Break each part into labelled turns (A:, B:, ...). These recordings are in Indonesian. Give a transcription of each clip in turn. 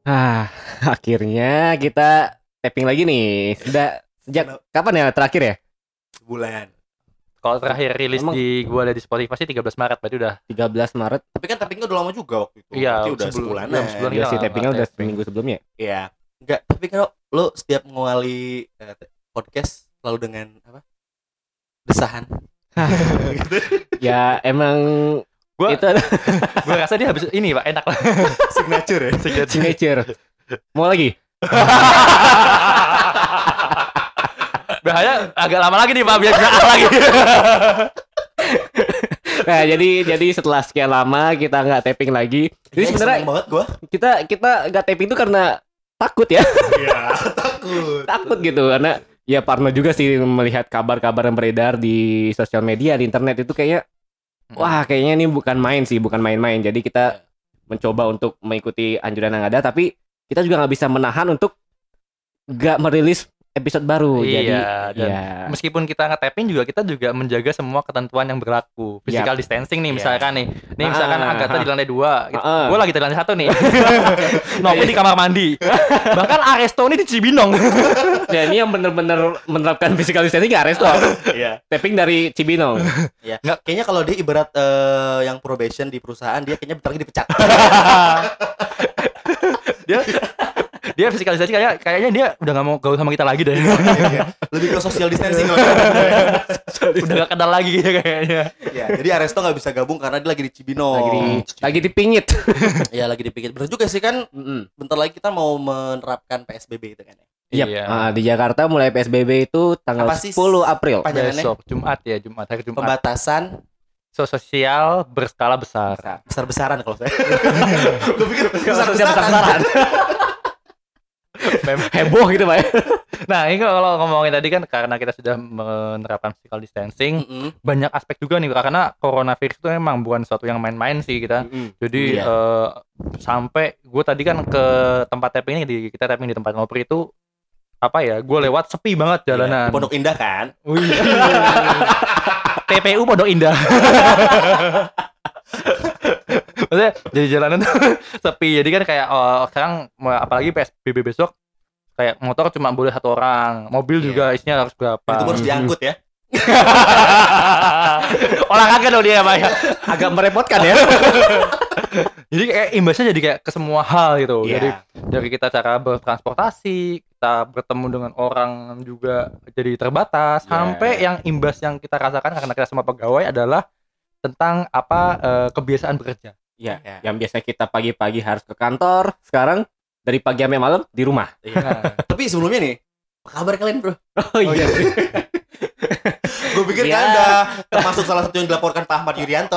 A: Ah, akhirnya kita tapping lagi nih. Sudah sejak kapan ya terakhir ya?
B: Sebulan.
C: Kalau terakhir rilis
A: Emang-
C: di gua ada di Spotify sih 13 Maret, berarti udah
A: 13 Maret.
B: Tapi kan tappingnya udah lama juga waktu itu.
C: Iya,
B: Berarti udah
C: sebelum-
B: sebulanan.
C: sebulan
A: Iya
C: kita
A: sih
C: nggak
A: tappingnya udah
C: tapping.
A: seminggu sebelumnya.
B: Iya. Enggak, tapi kan lo setiap mengawali podcast selalu dengan apa? Desahan. Gitu.
A: Ya emang
C: Gua-
A: itu
C: gua rasa dia habis ini Pak, enak lah.
B: Signature ya.
A: signature. Mau lagi?
C: Bahaya agak lama lagi nih Pak, biar bisa lagi.
A: Nah, jadi setelah sekian lama kita nggak tapping lagi. Jadi
B: Iya,
A: sebenarnya
B: seneng banget gua.
A: kita nggak tapping itu karena takut ya.
B: Iya, takut.
A: Takut gitu karena ya parno juga sih melihat kabar-kabar yang beredar di sosial media, di internet itu kayaknya wah kayaknya ini bukan main sih, bukan main-main. Jadi kita mencoba untuk mengikuti anjuran yang ada, tapi kita juga nggak bisa menahan untuk nggak merilis episode baru.
C: Iya,
A: Jadi
C: dan
A: ya
C: meskipun kita nge-tapping juga kita juga menjaga semua ketentuan yang berlaku. Physical distancing nih misalkan nih. Nih misalkan Agatha di lantai 2, gue lagi di lantai 1 nih. Nopi di kamar mandi. Bahkan Aresto ini di Cibinong.
A: ya ini yang bener-bener menerapkan physical distancing nggak Resto.
B: Iya.
A: Tapping dari Cibinong.
B: Iya. Kayaknya kalau dia ibarat yang probation di perusahaan, dia kayaknya bentar lagi dipecat.
C: Dia physical distancing kayaknya dia udah gak mau gaul sama kita lagi deh.
B: Lebih ke social distancing.
C: Udah gak kenal lagi kayaknya.
B: Ya, jadi Aresto nggak bisa gabung karena dia lagi di Cibinong.
A: Lagi dipingit.
B: Ya, lagi dipikir. Bener juga sih kan. Bentar lagi kita mau menerapkan PSBB itu kan ya.
A: Iya.
C: Iya.
A: Di Jakarta mulai PSBB itu tanggal
B: Apa sih
A: 10 April.
B: panjangannya?
C: Besok Jumat hari Jumat.
B: Pembatasan
C: Sosial berskala besar.
B: besar-besaran kalau saya. Gue pikir
A: Besar-besaran.
B: besar-besaran.
A: Heboh gitu Pak.
C: Nah, ini kalau ngomongin tadi kan karena kita sudah menerapkan physical distancing, banyak aspek juga nih karena coronavirus itu memang bukan sesuatu yang main-main sih kita. Jadi sampai gue tadi kan ke tempat tapping ini kita tapping di tempat ngopi itu apa ya? Gue lewat sepi banget jalanan.
B: Di Pondok Indah kan?
C: Wih. TPU Pondok Indah. Maksudnya jadi jalanan tuh sepi. Jadi kan kayak sekarang apalagi PSBB besok kayak motor cuma boleh 1 orang, mobil juga isinya harus berapa.
B: Itu harus diangkut ya.
C: Olahraga dong dia Pak ya.
A: Agak merepotkan ya.
C: Jadi kayak imbasnya jadi kayak ke semua hal gitu.
B: Iya.
C: Jadi dari kita cara bertransportasi, kita bertemu dengan orang juga jadi terbatas, sampai yang imbas yang kita rasakan karena kita semua pegawai adalah tentang kebiasaan bekerja.
A: Iya, yang biasa kita pagi-pagi harus ke kantor, sekarang dari pagi sampai malam di rumah.
C: Nah,
B: Tapi sebelumnya nih, apa kabar kalian bro?
A: Oh iya.
B: Gue pikir
A: Ya.
B: kan udah termasuk salah satu yang dilaporkan Pak Ahmad Yuryanto.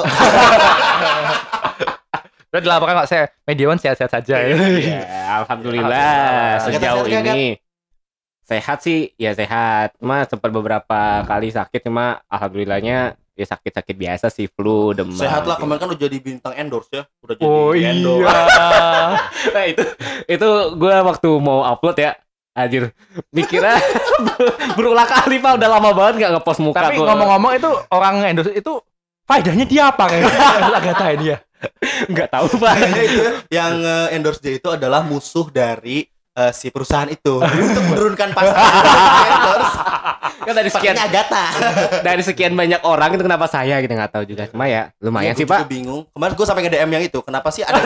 C: udah dilaporkan kok saya Mediawan sehat-sehat saja ya.
A: Ya, alhamdulillah sejauh
B: Sehat-sehat,
A: ini sehat sih, ya sehat. Cuma sempat beberapa kali sakit, cuma alhamdulillahnya ya sakit-sakit biasa sih, flu, demam.
B: Sehat lah,
A: gitu.
B: kemarin kan udah jadi bintang endorse ya. Udah jadi
C: Oh
B: endorse.
C: iya.
A: Nah, itu gue waktu mau upload ya, anjir, mikirnya berulang kali Pak, udah lama banget nggak ngepost muka.
C: Tapi
A: gua.
C: ngomong-ngomong itu orang endorse itu faedahnya dia apa kayak? Agatha ini ya.
A: nggak tahu Pak.
B: Kayaknya itu yang endorse dia itu adalah musuh dari si perusahaan itu. Untuk menurunkan pasar endorse.
A: Kan dari sekian
B: Pakainya Agatha.
A: dari sekian banyak orang itu kenapa saya gitu, nggak tahu juga. Cuma ya lumayan sih
B: Gua
A: Pak.
B: juga bingung. Kemarin gue sampai nge-DM yang itu. Kenapa sih ada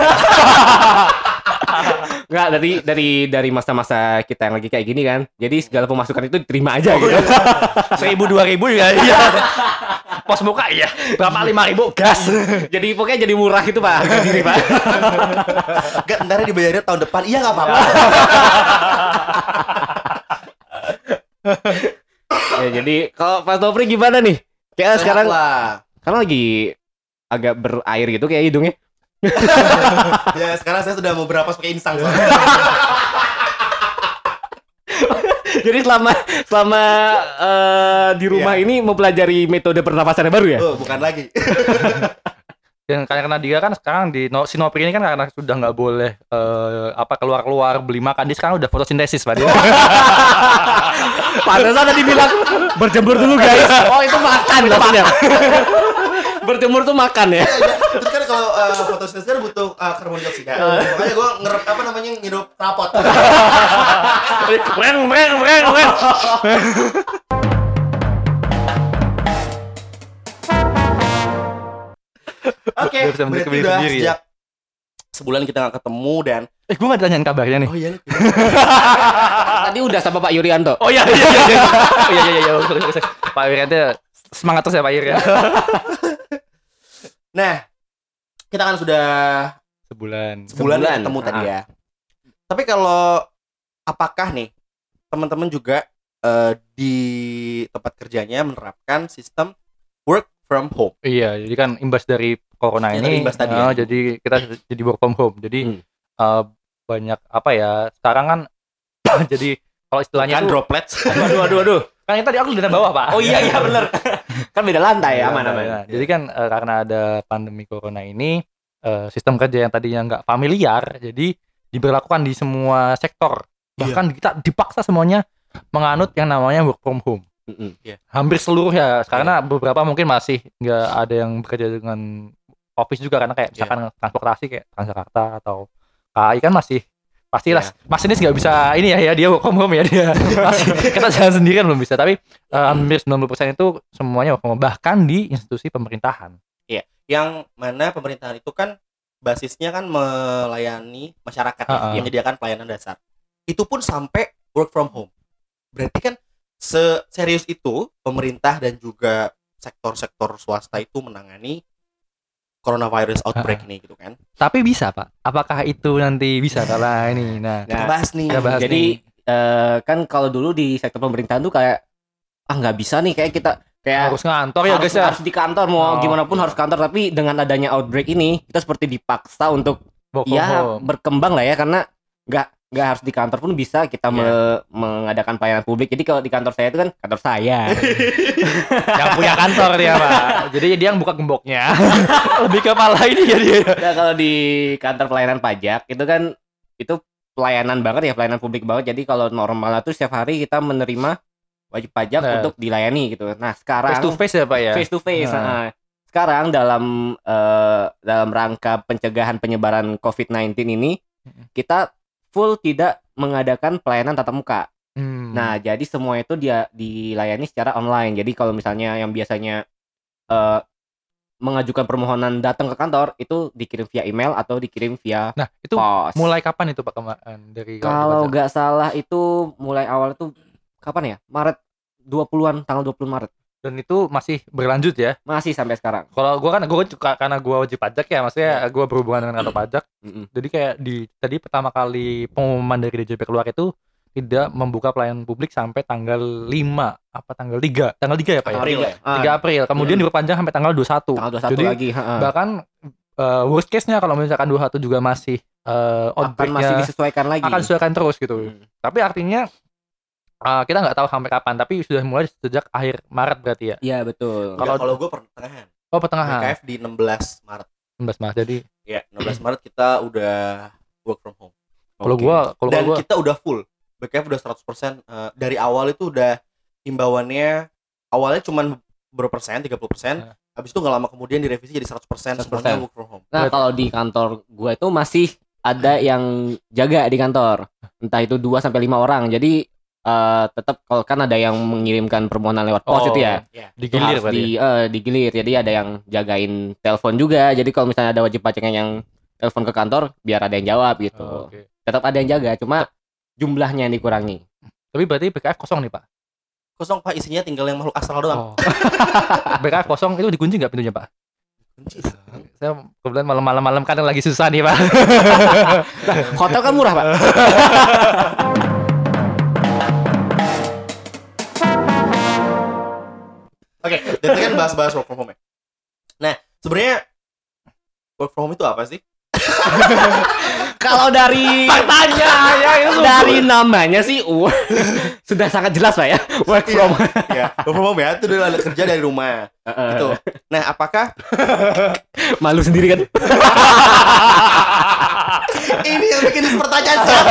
A: Nggak, dari masa-masa kita yang lagi kayak gini kan. Jadi segala pemasukan itu diterima aja gitu.
C: 1.000 2.000 ya iya. Pos muka iya. Berapa 5.000 gas.
A: Jadi pokoknya jadi murah itu Pak, harga diri Pak.
B: Enggak, ntar dibayarnya tahun depan. Iya nggak apa-apa.
A: Ya, jadi kalau Pak Topri gimana nih? Kayak
B: Sehat
A: sekarang
B: lah.
A: karena lagi agak berair gitu kayak hidungnya.
B: Ya sekarang saya sudah mau berapa pakai insang soalnya.
A: Jadi selama di rumah ini mempelajari metode pernapasan yang baru ya?
B: Oh, bukan lagi.
C: Dan karena dia kan sekarang di Sinopri ini kan karena sudah nggak boleh keluar beli makan, dia sekarang udah fotosintesis Pak dia.
A: Pantesan tadi bilang berjemur dulu guys. Oh itu makan maksudnya. Berjemur tuh makan ya.
B: Terus kan kalau fotosintesis kan butuh karbon dioksida. Makanya gue ngirup rapot.
C: Breng.
B: Oke,
C: Dia bisa
B: berarti
C: menentukan
B: udah
C: sendiri,
B: sejak sebulan kita nggak ketemu dan
C: gue nggak ditanyain kabarnya nih.
B: oh iya.
A: Tadi udah sama Pak Yurianto.
C: Oh iya. Oh iya. Sorry. Pak Yurianto semangat terus ya Pak Yur ya.
B: Nah, kita kan sudah
C: Sebulan
B: ketemu tadi ya. Tapi kalau apakah nih teman-teman juga di tempat kerjanya menerapkan sistem work from home?
C: Iya, jadi kan imbas dari corona
B: Ya,
C: ini,
B: imbas tadi ya.
C: jadi kita jadi work from home. Jadi banyak apa ya? Sekarang kan jadi kalau istilahnya
B: Kan
C: tuh,
B: droplets.
A: Aduh.
C: kan yang tadi aku di bawah Pak.
A: Oh iya bener. Kan beda lantai ya, aman.
C: Nah, jadi kan karena ada pandemi corona ini, sistem kerja yang tadinya nggak familiar, jadi diberlakukan di semua sektor. Bahkan kita dipaksa semuanya menganut yang namanya work from home. Hampir seluruh ya, karena beberapa mungkin masih nggak ada yang bekerja dengan office juga, karena kayak misalkan transportasi kayak Transjakarta atau KAI kan masih pastilah masinis nggak bisa ini ya dia work from home ya dia masih kita jalan sendiri kan belum bisa, tapi hampir 90% itu semuanya work from home, bahkan di institusi pemerintahan.
B: Iya, yang mana pemerintahan itu kan basisnya kan melayani masyarakat ya, menyediakan pelayanan dasar. Itu pun sampai work from home. Berarti kan serius itu pemerintah dan juga sektor-sektor swasta itu menangani coronavirus outbreak ini gitu kan.
C: Tapi bisa Pak, apakah itu nanti bisa kalau ini? Nah,
B: kita bahas nih.
A: Jadi kan kalau dulu di sektor pemerintahan tuh kayak nggak bisa nih, kayak
C: harus ngantor ya guys ya.
A: Harus di kantor, mau gimana pun harus kantor. Tapi dengan adanya outbreak ini kita seperti dipaksa untuk berkembang lah ya, karena nggak harus di kantor pun bisa kita mengadakan pelayanan publik. Jadi kalau di kantor saya itu kan kantor saya
C: yang punya kantor dia Pak, jadi dia yang buka gemboknya. Lebih ke malah ini ya dia.
A: Nah, kalau di kantor pelayanan pajak itu kan itu pelayanan banget ya, pelayanan publik banget. Jadi kalau normalnya tuh setiap hari kita menerima wajib pajak untuk dilayani gitu. Nah sekarang
C: face to face ya Pak ya.
A: Face to face. Nah, sekarang dalam rangka pencegahan penyebaran COVID-19 ini kita full tidak mengadakan pelayanan tatap muka. Nah, jadi semua itu dia dilayani secara online. Jadi kalau misalnya yang biasanya mengajukan permohonan datang ke kantor itu dikirim via email atau dikirim via
C: itu
A: pos.
C: Mulai kapan itu Pak kemarin dari
A: kalau nggak salah itu mulai awal itu kapan ya? Maret 20-an, tanggal 20 Maret.
C: Dan itu masih berlanjut ya?
A: Masih sampai sekarang.
C: Kalau karena gue wajib pajak ya, maksudnya gue berhubungan dengan kantor pajak. Jadi kayak tadi pertama kali pengumuman dari DJP keluar itu tidak membuka pelayanan publik sampai tanggal 5 tanggal 3 ya Pak
B: April
C: ya? 3 April. Kemudian diperpanjang sampai tanggal 21.
A: Tanggal 21
C: jadi,
A: lagi.
C: Bahkan worst case-nya kalau misalkan 21 juga masih
A: masih disesuaikan lagi.
C: Akan disesuaikan terus gitu. Tapi artinya kita nggak tahu sampai kapan, tapi sudah mulai sejak akhir Maret berarti ya?
A: Iya betul.
B: Kalau gue pertengahan.
C: Oh pertengahan.
B: BKF di 16 Maret.
C: 16 Maret jadi.
B: Ya 16 Maret kita udah work from home.
C: Kalau
B: kita udah full. BKF udah 100%. Dari awal itu udah himbauannya awalnya cuma berapa persen, 30%. Habis itu nggak lama kemudian direvisi jadi 100% semuanya work from home.
A: Nah kalau di kantor gue itu masih ada yang jaga di kantor. Entah itu 2-5 orang. Jadi tetap kalau kan ada yang mengirimkan permohonan lewat pos itu ya.
C: Digilir
A: digilir. Jadi ada yang jagain telepon juga. Jadi kalau misalnya ada wajib pajaknya yang telepon ke kantor biar ada yang jawab gitu. Tetap ada yang jaga, cuma jumlahnya yang dikurangi.
C: Tapi berarti BKF kosong nih Pak?
B: Kosong Pak, isinya tinggal yang makhluk astral doang.
C: BKF kosong itu dikunci nggak pintunya Pak?
B: Kunci.
C: Saya kebetulan malam-malam kan lagi susah nih Pak.
A: Hotel kan murah Pak.
B: Oke, dan kita kan bahas-bahas work from home ya. Nah, sebenarnya work from home itu apa sih?
A: Kalau dari
C: tanya ya itu
A: dari namanya sih sudah sangat jelas Pak ya. Work from home.
B: Ya, work from home ya, itu adalah kerja dari rumah. Gitu. Nah, apakah
A: malu sendiri kan?
B: ini yang bikin pertanyaan siapa?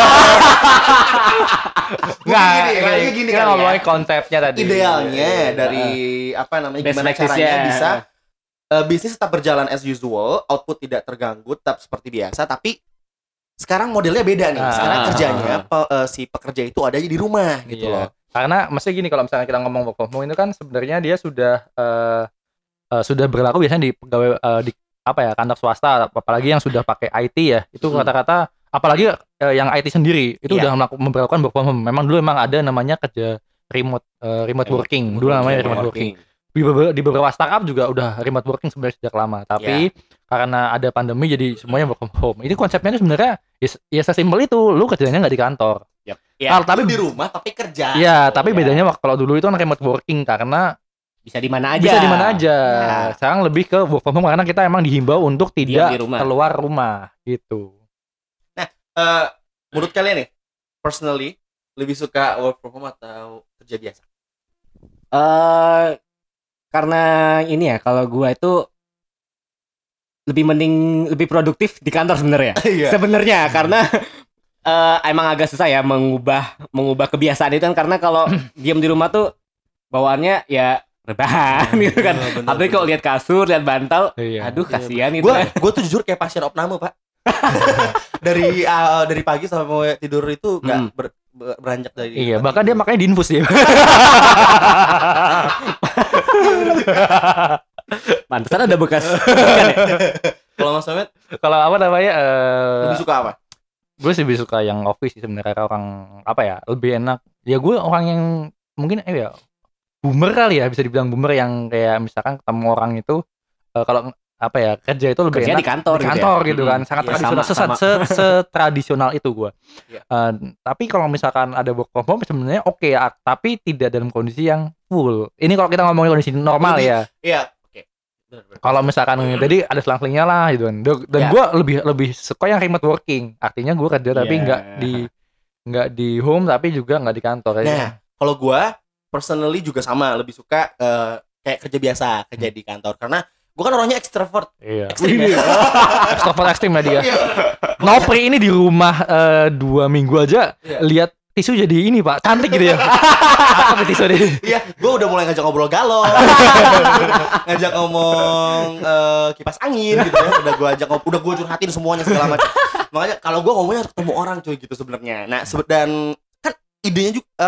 C: Gini kan ngomongin konsepnya tadi.
B: Idealnya dari gimana caranya bisa bisnis tetap berjalan as usual, output tidak terganggu, tetap seperti biasa, tapi sekarang modelnya beda nih. Sekarang kerjanya si pekerja itu ada di rumah gitu loh.
C: Karena mesti gini, kalau misalnya kita ngomong work from home itu kan sebenarnya dia sudah berlaku biasanya di pegawai di kantor swasta, apalagi yang sudah pakai IT ya. Itu kata-kata apalagi yang IT sendiri itu udah memperlakukan work from home. Memang dulu ada namanya kerja remote working. Dulu namanya remote working. Di beberapa startup juga udah remote working sebenarnya sejak lama, tapi karena ada pandemi jadi semuanya work from home. Ini konsepnya sebenarnya ya sesimpel itu, lu kerjanya nggak di kantor.
B: Tapi di rumah tapi kerja.
C: Iya, tapi bedanya kalau dulu itu kan remote working karena
A: bisa di mana aja.
C: Sekarang lebih ke work from home karena kita emang dihimbau untuk tidak keluar rumah gitu.
B: Nah, menurut kalian nih, personally lebih suka work from home atau kerja biasa?
A: Karena ini ya, kalau gua itu lebih produktif di kantor sebenarnya. Sebenarnya karena emang agak susah ya mengubah kebiasaan itu kan, karena kalau diam di rumah tuh bawaannya ya rebahan gitu kan. Apalagi kalau lihat kasur, lihat bantal, aduh kasihan itu.
B: Gue tuh jujur kayak pasien opname, Pak. dari pagi sampai mau tidur itu nggak beranjak dari.
C: Iya, bahkan dia makanya diinfus dia.
A: Pantesan ada bekas.
B: Kalau Mas Ahmed,
C: kalau apa namanya?
B: Lebih suka apa?
C: Gue sih lebih suka yang office sih sebenarnya, orang lebih enak. Ya gue orang yang mungkin boomer kali ya, bisa dibilang boomer yang kayak misalkan ketemu orang itu kalau kerja itu lebih
A: kerja
C: enak
A: di kantor
C: gitu kan, sangat tradisional, setradisional itu gue. Tapi kalau misalkan ada work from home sebenarnya oke ya, tapi tidak dalam kondisi yang full. Ini kalau kita ngomongin kondisi normal ya.
B: Iya.
C: Kalau misalkan tadi ada selang-selingnya lah gitu kan. Dan gue lebih suka yang remote working. Artinya gue kerja tapi nggak di home, tapi juga nggak di kantor.
B: Nah, kalau gue personally juga sama, lebih suka kayak kerja biasa, kerja di kantor, karena gue kan orangnya extrovert.
C: Extrovert ekstrim lah dia. Nopri ini di rumah 2 minggu aja lihat tisu jadi ini Pak, cantik gitu ya. Apa tisu deh?
B: Iya, gue udah mulai ngajak ngobrol galau, ngajak ngomong kipas angin gitu ya. Udah gue curhatin semuanya segala macam. Makanya kalau gue ngomongnya harus ketemu orang cuy gitu sebenarnya. Nah, dan kan idenya juga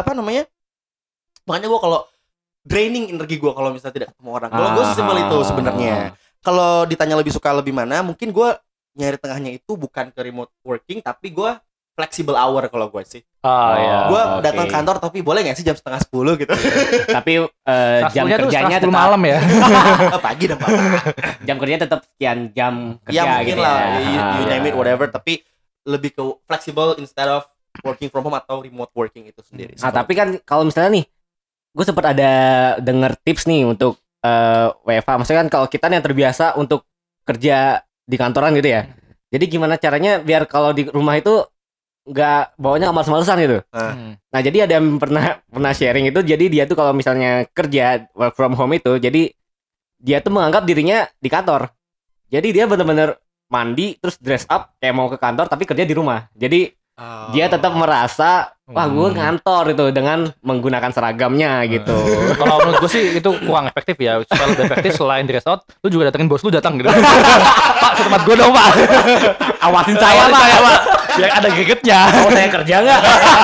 B: makanya gue kalau draining energi gue kalau misalnya tidak ketemu orang. Kalau gue simpel itu sebenarnya. Kalau ditanya lebih suka lebih mana, mungkin gue nyari tengahnya itu bukan ke remote working, tapi gue flexible hour kalau gue sih. Gue datang kantor tapi boleh nggak sih jam 9:30 gitu.
A: Tapi jam kerjanya tetap
C: malam ya.
B: Pagi dan Pak.
A: Jam kerjanya tetap sekian jam kerja
B: mungkin
A: gitu
B: lah, you name it whatever, tapi lebih ke flexible instead of working from home atau remote working itu sendiri.
A: Nah, tapi kan kalau misalnya nih, gue sempat ada denger tips nih untuk WFH. Maksudnya kan kalau kita yang terbiasa untuk kerja di kantoran gitu ya. Jadi gimana caranya biar kalau di rumah itu nggak bawanya males-malesan gitu. Nah, jadi ada yang pernah sharing itu, jadi dia tuh kalau misalnya kerja work from home itu, jadi dia tuh menganggap dirinya di kantor. Jadi dia benar-benar mandi terus dress up kayak mau ke kantor tapi kerja di rumah. Jadi dia tetap merasa wah gue ngantor itu dengan menggunakan seragamnya gitu.
C: Kalau menurut gue sih itu kurang efektif ya. Supaya lebih efektif selain dress out, lu juga datengin bos lu datang gitu. Pak, ke tempat gue dong Pak.
A: Awasin saya Pak.
C: Biar ada gregetnya.
A: Kalau saya kerja nggak?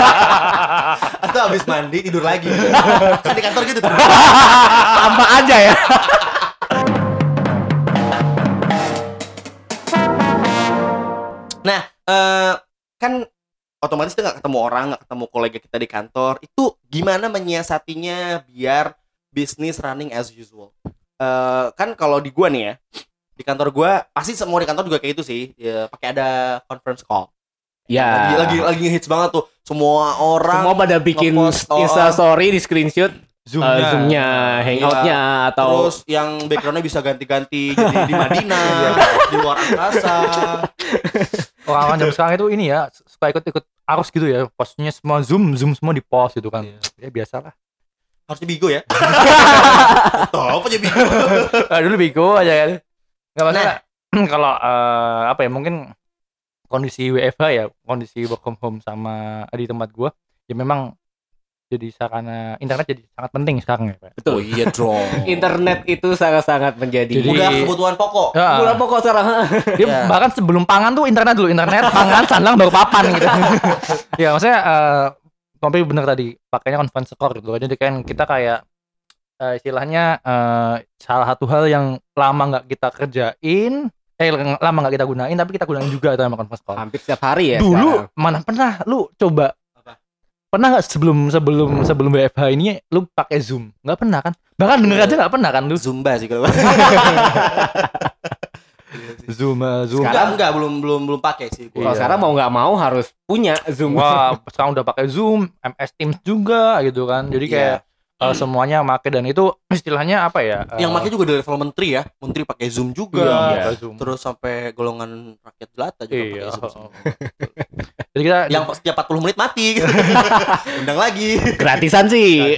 B: Atau habis mandi tidur lagi. Kan di kantor gitu tuh.
A: Sama aja ya.
B: Nah, kan otomatis kita nggak ketemu orang, nggak ketemu kolega kita di kantor. Itu gimana menyiasatinya biar bisnis running as usual? Kan kalau di gua nih ya, di kantor gua pasti semua di kantor juga kayak itu sih, ya, pakai ada conference call.
A: Ya.
B: Lagi hits banget tuh. Semua orang
A: pada bikin Insta story di screenshot Zoom-nya, hangout-nya, atau
B: terus yang background-nya bisa ganti-ganti jadi di Madinah, di luar angkasa.
C: Orang-orang jam sekarang itu ini ya suka ikut arus gitu ya, postnya semua zoom semua di post gitu kan. Ya biasalah.
B: Harusnya bigo ya. Apa aja bigo.
C: Dulu bigo aja kan. Enggak masalah. Kalau mungkin kondisi WFH ya, kondisi work from home sama di tempat gua ya memang jadi sarana internet jadi sangat penting sekarang ya, Pak.
A: Betul.
B: Oh iya dong.
A: Internet itu sangat-sangat menjadi
B: Udah kebutuhan pokok.
C: Ya,
A: kebutuhan pokok sekarang.
C: dia bahkan sebelum pangan tuh internet dulu, internet, pangan, sandang baru papan gitu. Ya maksudnya Tompi bener tadi pakainya conference call gitu. Jadi kan kita kayak istilahnya salah satu hal yang lama nggak kita kerjain, lama nggak kita gunain, tapi kita gunain juga itu sama conference call.
A: Hampir setiap hari ya.
C: Dulu
A: sekarang.
C: mana pernah lu coba? Pernah nggak sebelum WFH ini lu pakai Zoom? Nggak pernah kan? Bahkan denger aja nggak pernah kan lu?
B: Zumba sih kalau.
C: Zoom.
B: Enggak, belum pakai sih.
A: Kalau sekarang mau nggak mau harus punya Zoom.
C: Wah, sekarang udah pakai Zoom, MS Teams juga gitu kan. Jadi kayak semuanya make, dan itu istilahnya apa ya?
B: Yang make juga dari level menteri ya. Menteri pakai Zoom juga.
C: Iya. Zoom.
B: Terus sampai golongan rakyat jelata juga pakai Zoom.
C: Jadi kita
B: Yang setiap 40 menit mati gitu. Undang lagi.
A: Gratisan sih.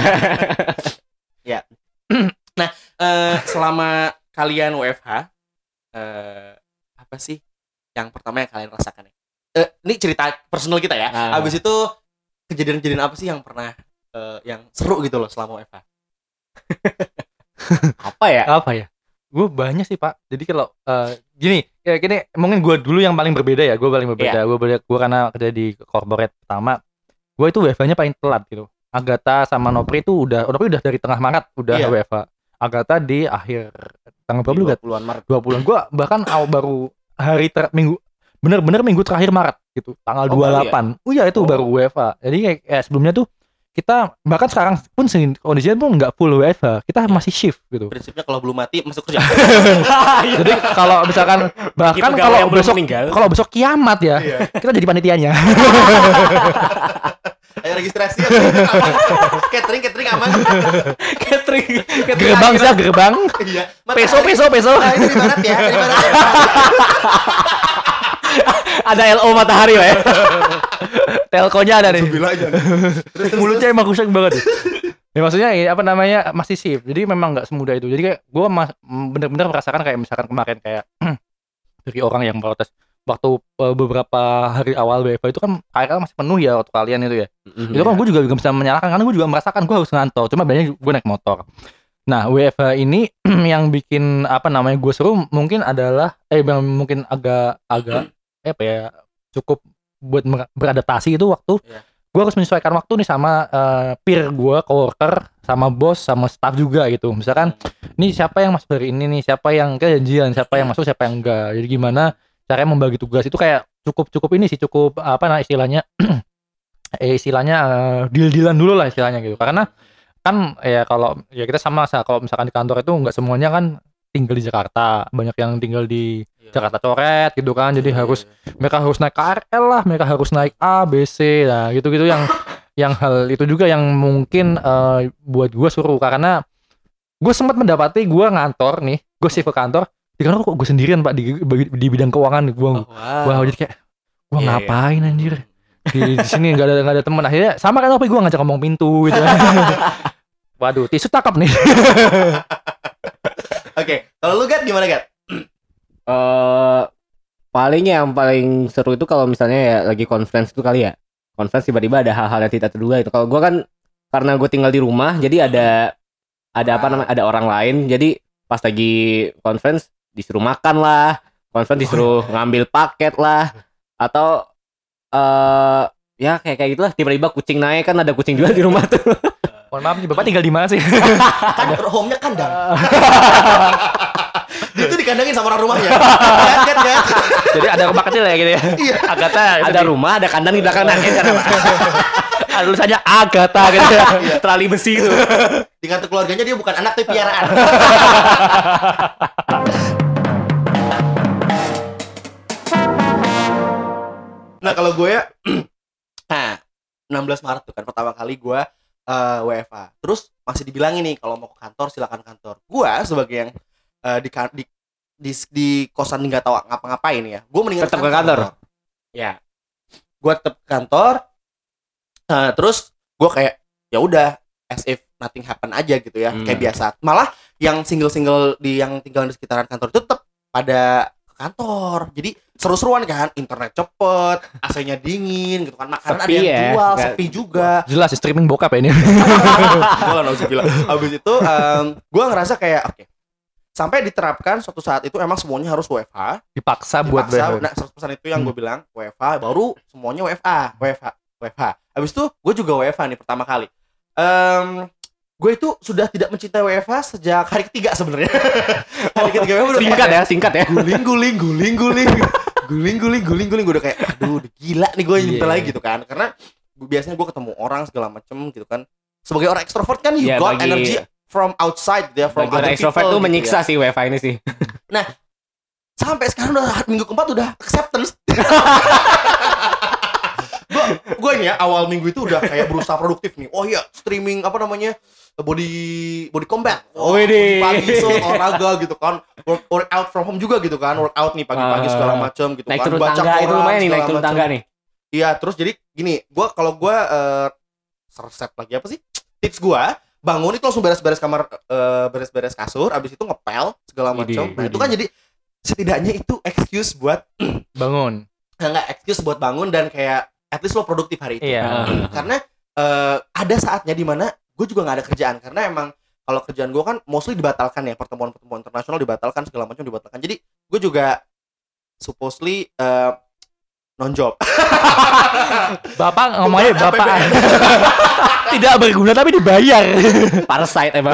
B: Ya. Nah, selama kalian WFH apa sih yang pertama yang kalian rasakan ya? Ini cerita personal kita ya. Habis itu kejadian-kejadian apa sih yang pernah yang seru gitu loh selama WFH?
A: Apa ya?
C: Gue banyak sih, Pak. Jadi kalau gini mungkin gue dulu yang paling berbeda ya. Gue karena kerja di corporate pertama, gue itu WFH-nya paling telat gitu. Agatha sama Nopri itu udah dari tengah Maret udah WFH. Agatha di akhir tanggal berapa?
A: 20-an Maret.
C: 20-an. Gue bahkan baru minggu bener-bener minggu terakhir Maret gitu, tanggal 28.
A: Ya?
C: Oh iya, itu baru WFH. Jadi kayak sebelumnya tuh kita bahkan sekarang pun kondisinya pun nggak full WFH, kita masih shift gitu.
B: Prinsipnya kalau belum mati masuk kerja.
C: Jadi kalau misalkan bahkan kalau besok kiamat ya, kita jadi panitianya.
B: Ayo registrasi. Catering aman.
A: Catering
C: Gerbang sih, gerbang.
B: Iya.
C: Peso.
B: Nah, itu di barat ya.
C: Ada LO matahari ya. Telkonya ada nih. Mulutnya emang rusak banget. Ya maksudnya apa namanya, masih shift. Jadi memang nggak semudah itu. Jadi kayak gue bener-bener merasakan kayak misalkan kemarin kayak dari orang yang protes waktu beberapa hari awal WFH itu kan KRL masih penuh ya waktu kalian itu ya. Itu kan gue juga bisa menyalahkan karena gue juga merasakan gue harus ngantor. Cuma bedanya gue naik motor. Nah WFH ini yang bikin apa namanya gue seru mungkin adalah mungkin agak apa ya, cukup buat beradaptasi itu waktu gue harus menyesuaikan waktu nih sama peer gue, coworker, sama bos, sama staff juga gitu. Misalkan nih siapa yang masuk hari ini nih, siapa yang kejanjian, siapa yang masuk, siapa yang enggak. Jadi gimana caranya membagi tugas itu kayak cukup ini sih, cukup apa nah istilahnya deal-dealan dulu lah istilahnya gitu. Karena kan ya kalau ya kita sama kalau misalkan di kantor itu nggak semuanya kan tinggal di Jakarta, banyak yang tinggal di Jakarta Coret gitu kan. Jadi mereka harus naik KRL lah, mereka harus naik A, B, C, nah gitu-gitu yang hal itu juga yang mungkin buat gue suruh, karena gue sempat mendapati gue ngantor nih, gue shift ke kantor di kantor kok gue sendirian Pak di bidang keuangan gue. Wow, jadi kayak gue ngapain anjir di sini nggak ada teman. Akhirnya sama kan apa gue ngajak ngomong pintu gitu. Waduh, tisu cakep nih.
B: Oke, kalau lu Gat gimana Gat?
A: Yang paling seru itu kalau misalnya ya lagi conference itu kali ya. Conference tiba-tiba ada hal-hal yang tidak terduga itu. Kalau gue kan karena gue tinggal di rumah, jadi ada ada orang lain. Jadi pas lagi conference disuruh makan lah, conference disuruh ngambil paket lah, atau ya kayak gitulah. Tiba-tiba kucing naik, kan ada kucing juga di rumah tuh.
C: Mohon maaf nih, Bapak tinggal di mana sih?
B: Kan home-nya kandang. Itu dikandangin sama orang rumahnya. Kan.
C: Jadi ada rumah kecil ya gitu ya.
B: Iya.
C: Agatha
A: Ada rumah, ada kandang di belakang nangis karena
C: ada tulisannya Agatha gitu.
A: terali besi itu.
B: Di kartu keluarganya dia bukan anak tapi piaraan. Nah, kalau gue ya 16 Maret tuh kan pertama kali gue WFH. Terus masih dibilangin nih kalau mau ke kantor silakan kantor. Gue sebagai yang di kosan nggak tahu ngapa-ngapain ya, gue mendingan
A: tetap ke kantor.
B: Ya, gue tetap ke kantor. Terus gue kayak ya udah as if nothing happen aja gitu ya, kayak biasa. Malah yang single yang tinggal di sekitaran kantor itu tetap pada ke kantor. Jadi seru-seruan kan, internet cepet, AC-nya dingin gitu kan, makanan
A: sepi
B: ada yang jual,
A: ya.
B: sepi juga.
C: Jelas streaming bokap ya ini.
B: Habis itu gue ngerasa kayak oke. Sampai diterapkan suatu saat itu emang semuanya harus WFH.
C: Dipaksa buat
B: Nah 100% itu yang gue bilang WFH, baru semuanya WFH. Habis itu gue juga WFH nih pertama kali. Gue itu sudah tidak mencintai WFH sejak hari ketiga sebenarnya. Hari ketiga WFH udah
A: singkat ya.
B: Guling. Gue udah kayak aduh gila nih gue nyimpen lagi gitu kan. Karena biasanya gue ketemu orang segala macem gitu kan. Sebagai orang ekstrovert kan you got energy from outside dia, from other people.
A: Ekstrovert tuh menyiksa sih WFH ini sih.
B: Nah, sampai sekarang udah minggu keempat udah acceptance. Gue ini ya awal minggu itu udah kayak berusaha produktif nih. Oh iya, streaming apa namanya? Body combat. Pagi olahraga gitu kan. Workout from home juga gitu kan. Workout nih pagi-pagi segala macam gitu
A: naik
B: kan.
A: Turun tangga itu lumayan nih, naik turun tangga nih.
B: Iya, terus jadi gini, kalau gue resep lagi apa sih? Tips gue, bangun itu langsung beres-beres kamar, beres-beres kasur, abis itu ngepel segala macam. Nah, itu kan jadi setidaknya itu excuse buat
C: bangun.
B: Enggak, excuse buat bangun dan kayak at least lo produktif hari itu.
C: Iya.
B: Karena ada saatnya di mana gue juga nggak ada kerjaan, karena emang kalau kerjaan gue kan mostly dibatalkan ya, pertemuan internasional dibatalkan, segala macam dibatalkan. Jadi gue juga supposedly non job.
C: Bapak ngomongnya bapak tidak berguna tapi dibayar.
A: Parasite emang.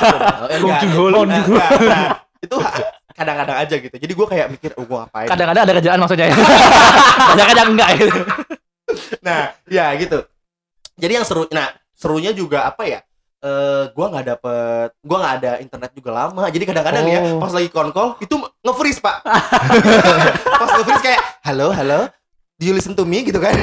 B: Itu kadang-kadang aja gitu. Jadi gue kayak mikir, gue ngapain?
C: Kadang-kadang ada kerjaan maksudnya. Kadang-kadang enggak.
B: Nah, ya gitu. Jadi yang serunya juga apa ya? Gue nggak ada internet juga lama. Jadi kadang-kadang ya pas lagi call itu nge-freeze pak. Pas nge-freeze kayak halo, do you listen to me gitu kan?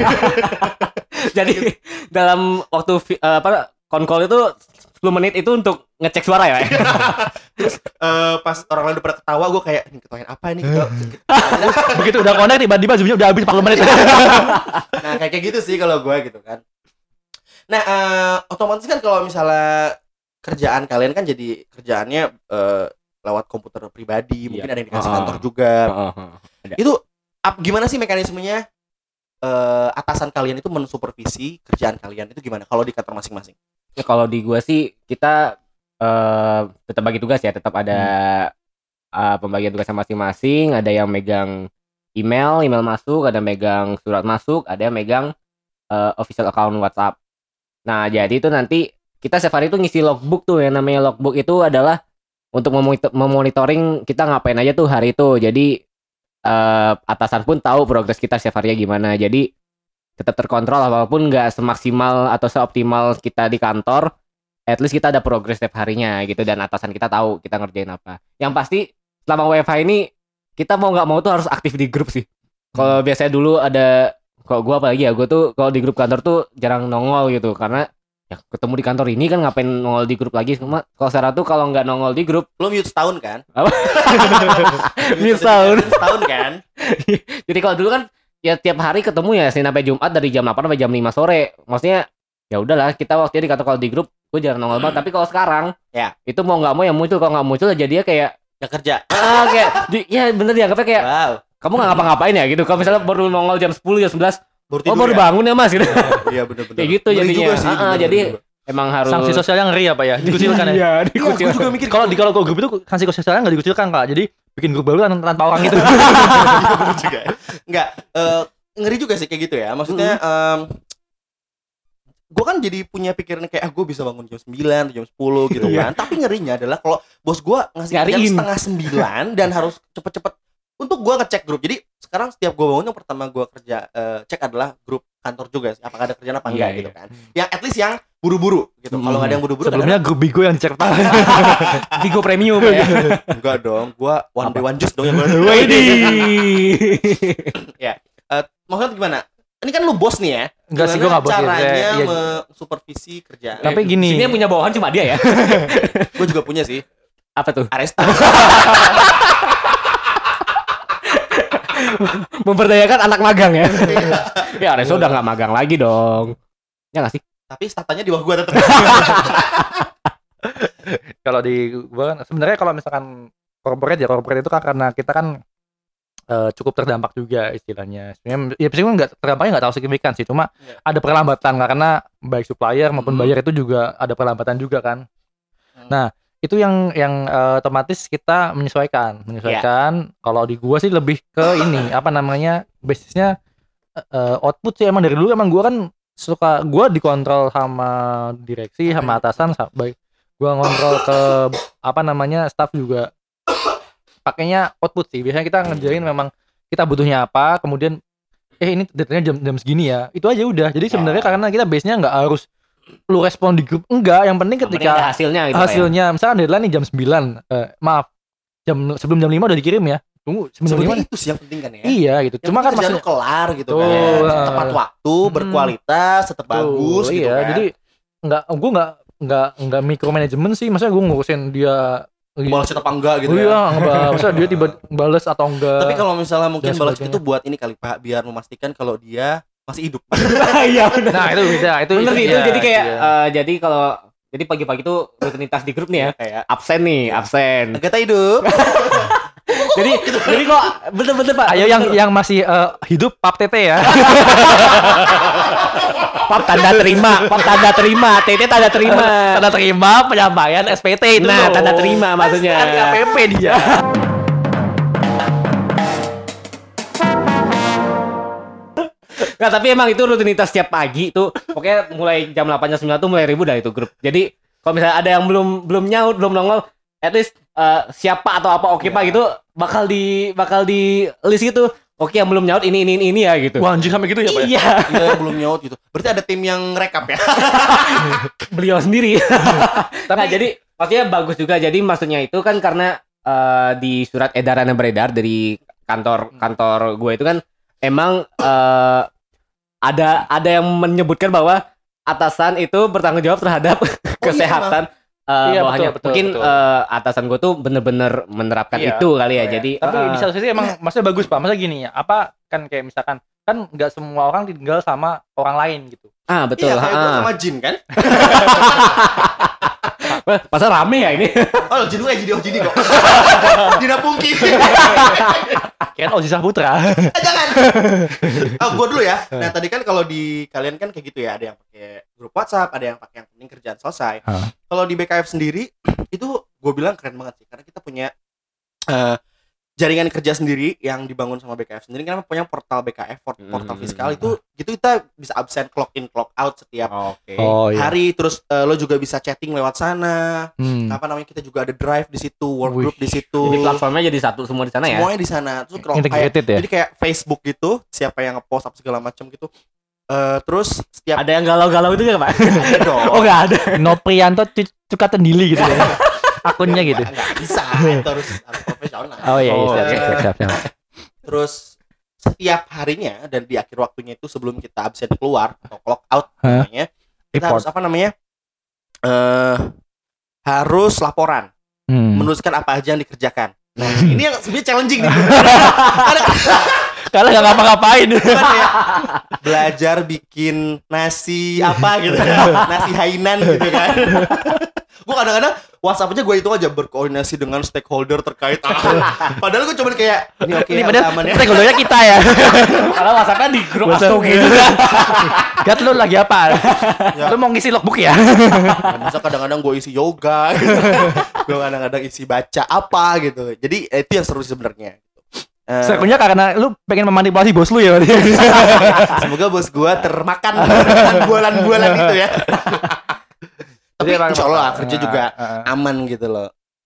A: Jadi dalam waktu call itu 10 menit itu untuk ngecek suara ya.
B: Terus pas orang lain udah pada ketawa, gue kayak ini ketawain apa ini gitu.
C: Begitu udah connect tiba-tiba zoomnya udah habis 40 menit.
B: Nah kayak gitu sih kalau gue gitu kan. Nah otomatis kan kalau misalnya kerjaan kalian kan jadi kerjaannya lewat komputer pribadi, mungkin ada yang dikasih kantor juga. Itu gimana sih mekanismenya atasan kalian itu mensupervisi kerjaan kalian itu gimana kalau di kantor masing-masing?
A: Ya kalau di gua sih kita tetap bagi tugas ya, tetap ada pembagian tugasnya masing-masing, ada yang megang email masuk, ada megang surat masuk, ada yang megang official account WhatsApp. Nah, jadi itu nanti kita setiap hari itu ngisi logbook tuh, yang namanya logbook itu adalah untuk memonitoring kita ngapain aja tuh hari itu. Jadi atasan pun tahu progres kita setiap harinya gimana. Jadi tetap terkontrol walaupun nggak semaksimal atau seoptimal kita di kantor, at least kita ada progres setiap harinya gitu, dan atasan kita tahu kita ngerjain apa. Yang pasti selama WFH ini kita mau nggak mau tuh harus aktif di grup sih. Kalau biasanya dulu ada, kalau gue apalagi ya, gue tuh kalau di grup kantor tuh jarang nongol gitu, karena ya ketemu di kantor ini kan ngapain nongol di grup lagi. Cuma kalau sekarang tuh kalau nggak nongol di grup,
B: lo mute setahun kan?
A: Apa? Mute
B: setahun kan?
A: Jadi kalau dulu kan ya tiap hari ketemu ya Senin sampai Jumat dari jam 8 sampai jam 5 sore. Maksudnya ya udahlah, kita waktu di kantor kalau di grup gue jarang nongol banget. Tapi kalau sekarang
B: ya
A: itu mau nggak mau yang muncul, kalau nggak muncul jadinya kayak
B: ya kerja.
A: Kayak ya bener dianggapnya kayak kamu nggak ngapa-ngapain ya gitu. Kalau misalnya baru nongol jam 10 jam 11 baru bangun ya mas gitu.
B: Iya bener-bener
A: kayak gitu jadinya sih, jadi emang harus
C: sanksi sosialnya ngeri apa ya, dikucilkan ya.
A: Iya, dikucilkan.
B: Gue juga mikir
C: kalau grup itu sanksi sosialnya nggak dikucilkan kak, jadi bikin grup baru tanpa orang itu.
B: Nggak, ngeri juga sih kayak gitu ya, maksudnya gue kan jadi punya pikiran kayak gue bisa bangun jam 9 atau jam 10 gitu kan. Tapi ngerinya adalah kalau bos gue ngasih jam 8:30 dan harus cepet-cepet untuk gue ngecek grup. Jadi sekarang setiap gue bangun yang pertama gue kerja cek adalah grup kantor juga sih, apakah ada kerjaan apa enggak gitu kan. Yang at least yang buru-buru gitu. Kalau nggak ada yang buru-buru,
C: sebelumnya grup Bigo yang dicek.
A: Bigo Premium ya.
B: Enggak dong, gue one day one juice dong yang gue. Ya, maksudnya gimana? Ini kan lu bos nih ya.
C: Enggak sih, gue nggak bos.
B: Caranya mensupervisi kerjaan.
C: Tapi gini,
A: sini yang punya bawahan cuma dia ya.
B: Gue juga punya sih.
A: Apa tuh?
B: Aresta.
A: Memperdayakan anak magang ya. Ya Aresta udah nggak magang lagi dong. Ya nggak sih?
B: Tapi statanya di bawah gue tetap.
C: Kalau di gue kan sebenarnya kalau misalkan corporate itu kan karena kita kan cukup terdampak juga istilahnya. Sebenarnya ya meskipun terdampaknya nggak terlalu signifikan sih, cuma ada perlambatan karena baik supplier maupun buyer itu juga ada perlambatan juga kan. Nah, itu yang otomatis kita menyesuaikan. Kalau di gua sih lebih ke ini apa namanya, basisnya output sih. Emang dari dulu emang gua kan suka, gua dikontrol sama direksi sama atasan, baik gua ngontrol ke apa namanya staff juga pakainya output sih. Biasanya kita ngerjain memang kita butuhnya apa, kemudian ini deadline jam segini ya, itu aja udah. Jadi sebenarnya karena kita base-nya nggak harus lu respon di grup, enggak, yang penting ketika
A: hasilnya gitu
C: hasilnya misalkan deadline nih jam 9, sebelum jam 5 udah dikirim ya, tunggu
B: sebenarnya itu sih yang penting kan ya.
C: Iya gitu,
B: yang cuma kan maksudnya kelar gitu kan, tepat waktu, berkualitas, tetap bagus gitu
C: kan. Jadi gue nggak micromanagement sih, maksudnya gue ngurusin dia
B: balas apa enggak gitu
C: ya. Maksudnya dia tiba balas atau enggak.
B: Tapi kalau misalnya mungkin balas itu buat ini kali Pak, biar memastikan kalau dia masih hidup.
A: Iya benar.
C: Nah, itu beda. Itu
A: bener sih, itu jadi kayak jadi pagi-pagi tuh rutinitas di grup nih ya, kayak absen.
B: Kita hidup.
A: jadi kok bener Pak.
C: Ayo yang masih hidup pap tete ya.
A: Pap tanda terima, TT tanda terima
C: penyampaian SPT itu.
A: Nah, tanda terima maksudnya.
C: Kan KPP dia.
A: Nah, tapi emang itu rutinitas setiap pagi tuh. Pokoknya mulai jam 8 jam 9 tuh mulai ribut dah itu grup. Jadi kalau misalnya ada yang belum nyaut, belum nongol, at least siapa atau apa Pak gitu bakal di list gitu. Oke, yang belum nyaut ini ya gitu.
C: Wah, anjir sampai gitu ya, Pak?
A: Iya,
B: yang belum nyaut gitu. Berarti ada tim yang rekap ya.
A: Beliau sendiri. Nah, jadi maksudnya bagus juga. Jadi maksudnya itu kan karena di surat edaran yang beredar dari kantor gue itu kan emang ada yang menyebutkan bahwa atasan itu bertanggung jawab terhadap kesehatan bawahannya. Mungkin atasan gue tuh bener-bener menerapkan itu kali ya. Jadi
C: tapi di satu sisi emang maksudnya bagus Pak. Maksudnya gini ya, apa kan kayak misalkan kan nggak semua orang tinggal sama orang lain gitu.
A: Betul.
B: Iya, kayak gue sama Jin kan.
A: Masa rame ya ini?
B: Oh, Jin kayak jadi kok. Dina Pungki.
C: Kan Ozi Saputra.
B: Jangan. Gue dulu ya. Nah, tadi kan kalau di kalian kan kayak gitu ya, ada yang pakai grup WhatsApp, ada yang pakai yang penting kerjaan selesai. Kalau di BKF sendiri itu gue bilang keren banget sih, karena kita punya jaringan kerja sendiri yang dibangun sama BKF sendiri. Karena punya portal BKF, portal fiskal itu gitu, kita bisa absen, clock in clock out setiap hari. Terus lo juga bisa chatting lewat sana. Apa namanya, kita juga ada drive di situ, work group di situ.
A: Jadi platformnya jadi satu semua di sana ya.
B: Semuanya di sana. Terus
C: integrated ya.
B: Jadi kayak Facebook gitu, siapa yang ngepost apa segala macam gitu. Terus setiap
A: ada yang galau-galau itu nggak Pak?
B: Ada dong.
A: Oh nggak ada.
C: Noprianto Cukatendili gitu ya. Akunnya gitu.
B: Nggak bisa, itu harus profesional.
C: Oh iya, siap.
B: Terus setiap harinya dan di akhir waktunya itu sebelum kita absen keluar atau clock out namanya, kita harus apa namanya, harus laporan, menuliskan apa aja yang dikerjakan. Nah, ini yang sebenarnya challenging nih.
C: Karena nggak ngapa-ngapain.
B: Ya, belajar bikin nasi apa gitu, nasi hainan gitu kan. Gue kadang-kadang WhatsApp-nya gue itu aja, berkoordinasi dengan stakeholder terkait. Padahal gue cuma kayak ini
C: padahal
B: aman ya.
C: Stakeholdernya kita ya.
A: Karena WhatsApp-nya di grup Astoge juga.
C: Gat lu lagi apa? Lu mau ngisi logbook ya?
B: Masa kadang-kadang gue isi yoga gitu. Gue kadang-kadang isi baca apa gitu. Jadi itu yang seru sebenarnya.
C: Serunya karena lu pengen memanipulasi bos lu ya.
B: Semoga bos gue termakan dengan bualan-bualan itu ya. Tapi insya Allah kerja juga aman gitu loh.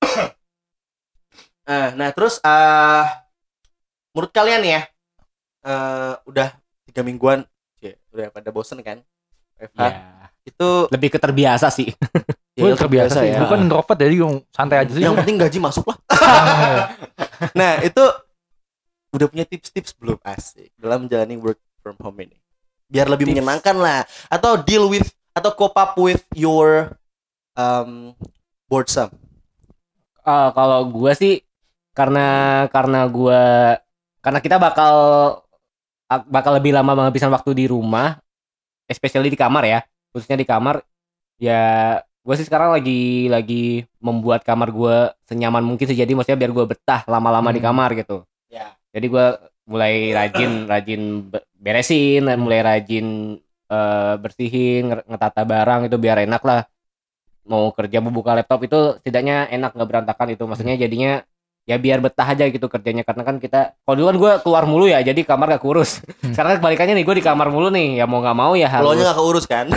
B: Nah terus menurut kalian ya, udah 3 mingguan udah pada bosen kan? Itu
A: lebih keterbiasa sih.
C: Ya, terbiasa ya. Bukan introvert jadi santai aja sih.
B: Yang penting gaji masuk lah. Nah itu udah punya tips-tips belum asik dalam menjalani work from home ini? Biar lebih menyenangkan lah, atau deal with atau cope up with your boredom.
A: Kalau gue sih karena kita bakal lebih lama menghabiskan waktu di rumah, especially di kamar ya, khususnya di kamar ya. Gue sih sekarang lagi membuat kamar gue senyaman mungkin sih, jadi maksudnya biar gue betah lama-lama di kamar gitu. Jadi gue mulai rajin beresin, mulai rajin bersihin, ngetata barang itu biar enak lah. Mau kerja mau buka laptop itu setidaknya enak, nggak berantakan itu. Maksudnya jadinya ya biar betah aja gitu kerjanya, karena kan kita kalau dulu kan gue keluar mulu ya, jadi kamar gak kurus. Sekarang kebalikannya nih, gue di kamar mulu nih, ya mau nggak mau ya harus.
B: Lo nya gak keurus kan?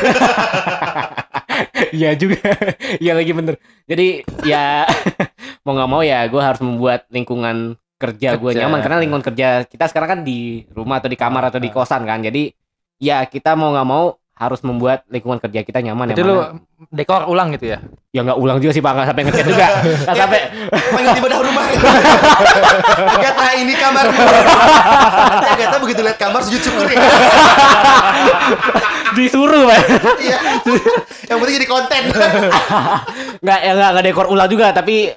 A: Iya juga, iya lagi bener. Jadi ya mau nggak mau ya gue harus membuat lingkungan kerja gue nyaman, karena lingkungan kerja kita sekarang kan di rumah atau di kamar atau di kosan kan. Jadi ya kita mau nggak mau harus membuat lingkungan kerja kita nyaman.
C: Jadi lu dekor ulang gitu ya?
A: Ya nggak ulang juga sih Pak, nggak sampai ngecat juga. Nggak sampai.
B: Pengen di bedah rumah. Kata ini kamar. Kata begitu lihat kamar sujud syukur ya.
A: Disuruh Pak.
B: Iya. Yang penting jadi konten.
A: Nggak dekor ulang juga, tapi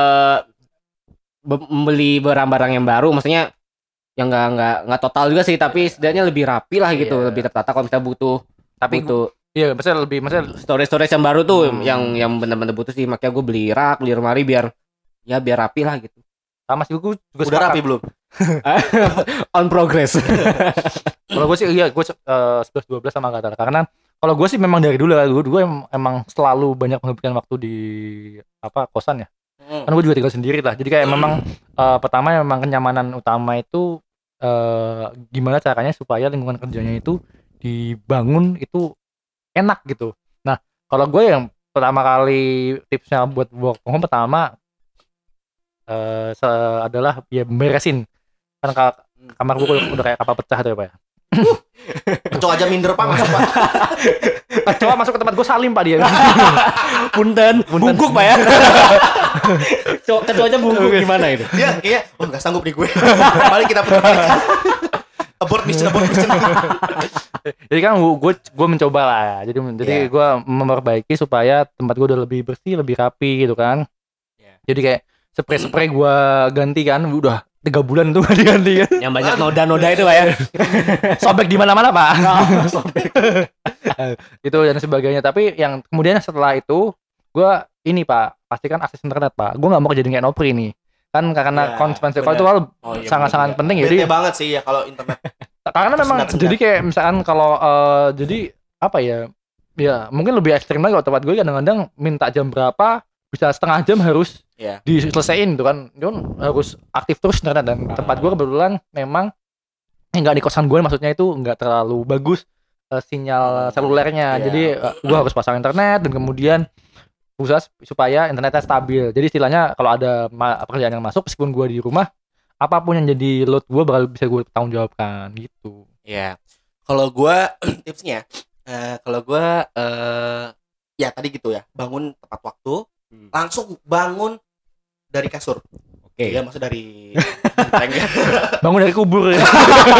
A: membeli barang-barang yang baru, maksudnya yang nggak total juga sih, tapi setidaknya lebih rapi lah gitu, lebih tertata. Kalau kita butuh
C: iya, maksudnya
A: storage yang baru tuh, yang benar-benar butuh sih, makanya gue beli rak, beli lemari biar rapi lah gitu.
C: Sama sih gue juga
B: udah rapi belum?
A: On progress.
C: Kalau gue sih gue 11-12 sama Gatar, karena kalau gue sih memang dari dulu gue emang selalu banyak menghabiskan waktu di kosan ya. Kan gue juga tinggal sendiri lah, jadi kayak memang pertama memang kenyamanan utama itu gimana caranya supaya lingkungan kerjanya itu dibangun itu enak gitu. Nah, kalau gue yang pertama kali tipsnya buat work from home pertama adalah ya beresin. Karena kamar gue udah kayak kapal pecah tuh ya Pak ya.
B: Kecoa aja minder Pak, masuk Pak.
C: Kecoa masuk ke tempat gue salim Pak dia.
A: Punten. Bungkuk Pak ya. Kecoa aja bungkuk gimana itu?
B: Dia kayak gak sanggup nih gue. Balik kita putar. Abort mission.
C: Jadi kan gue mencoba lah. Jadi gue memperbaiki supaya tempat gue udah lebih bersih, lebih rapi gitu kan. Jadi kayak spray gue ganti kan, udah 3 bulan tuh diganti kan.
A: Yang banyak noda-noda itu Pak ya.
C: Sobek di mana-mana Pak. Sobek. Itu dan sebagainya. Tapi yang kemudian setelah itu gue ini Pak, pastikan akses internet Pak. Gue nggak mau kejadian kayak Nopri nih. Kan karena konsekuensi itu sangat-sangat penting ya. Jadi
B: banget sih ya kalau internet.
C: Karena memang jadi kayak misalkan kalau jadi apa ya mungkin lebih ekstrim lagi kalau tempat gue kadang-kadang minta jam berapa bisa setengah jam harus diselesaiin tuh kan, dia harus aktif terus internet. Dan tempat gue kebetulan memang nggak di kosan gue, maksudnya itu nggak terlalu bagus sinyal selulernya, jadi gue harus pasang internet dan kemudian usaha supaya internetnya stabil. Jadi istilahnya kalau ada pekerjaan yang masuk meskipun gue di rumah, apapun yang jadi load gue bakal bisa gue tanggung jawabkan gitu.
B: Iya. Kalau gue tipsnya, kalau gue ya tadi gitu ya, bangun tepat waktu, langsung bangun dari kasur. Oke. Ya maksud dari
C: bangun dari kubur ya.